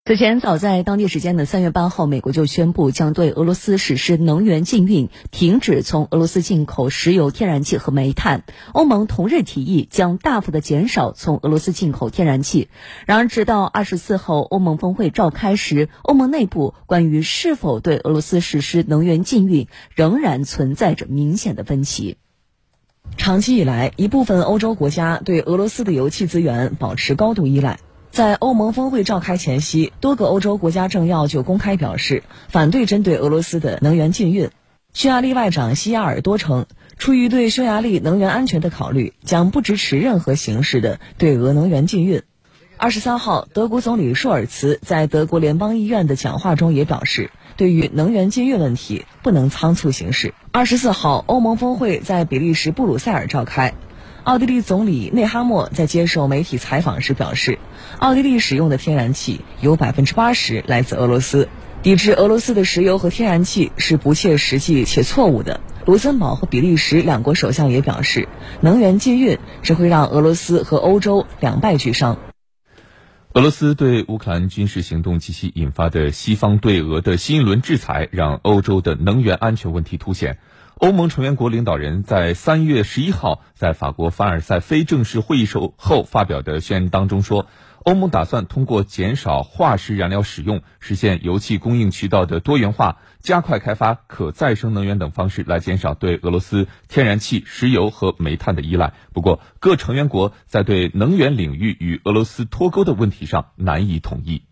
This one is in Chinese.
此前，早在当地时间的3月8号，美国就宣布将对俄罗斯实施能源禁运，停止从俄罗斯进口石油、天然气和煤炭。欧盟同日提议将大幅的减少从俄罗斯进口天然气。然而，直到24号欧盟峰会召开时，欧盟内部关于是否对俄罗斯实施能源禁运仍然存在着明显的分歧。 长期以来，一部分欧洲国家对俄罗斯的油气资源保持高度依赖。在欧盟峰会召开前夕，多个欧洲国家政要就公开表示反对针对俄罗斯的能源禁运。匈牙利外长西亚尔多称，出于对匈牙利能源安全的考虑，将不支持任何形式的对俄能源禁运。23号，德国总理舒尔茨在德国联邦议院的讲话中也表示，对于能源禁运问题不能仓促行事。24号，欧盟峰会在比利时布鲁塞尔召开。奥地利总理内哈默在接受媒体采访时表示，奥地利使用的天然气有80%来自俄罗斯，抵制俄罗斯的石油和天然气是不切实际且错误的。卢森堡和比利时两国首相也表示，能源禁运只会让俄罗斯和欧洲两败俱伤。 俄罗斯对乌克兰军事行动及其引发的西方对俄的新一轮制裁，让欧洲的能源安全问题凸显。欧盟成员国领导人在3月11号在法国凡尔赛非正式会议后发表的宣言当中说，欧盟打算通过减少化石燃料使用，实现油气供应渠道的多元化，加快开发可再生能源等方式来减少对俄罗斯天然气、石油和煤炭的依赖。不过，各成员国在对能源领域与俄罗斯脱钩的问题上难以统一。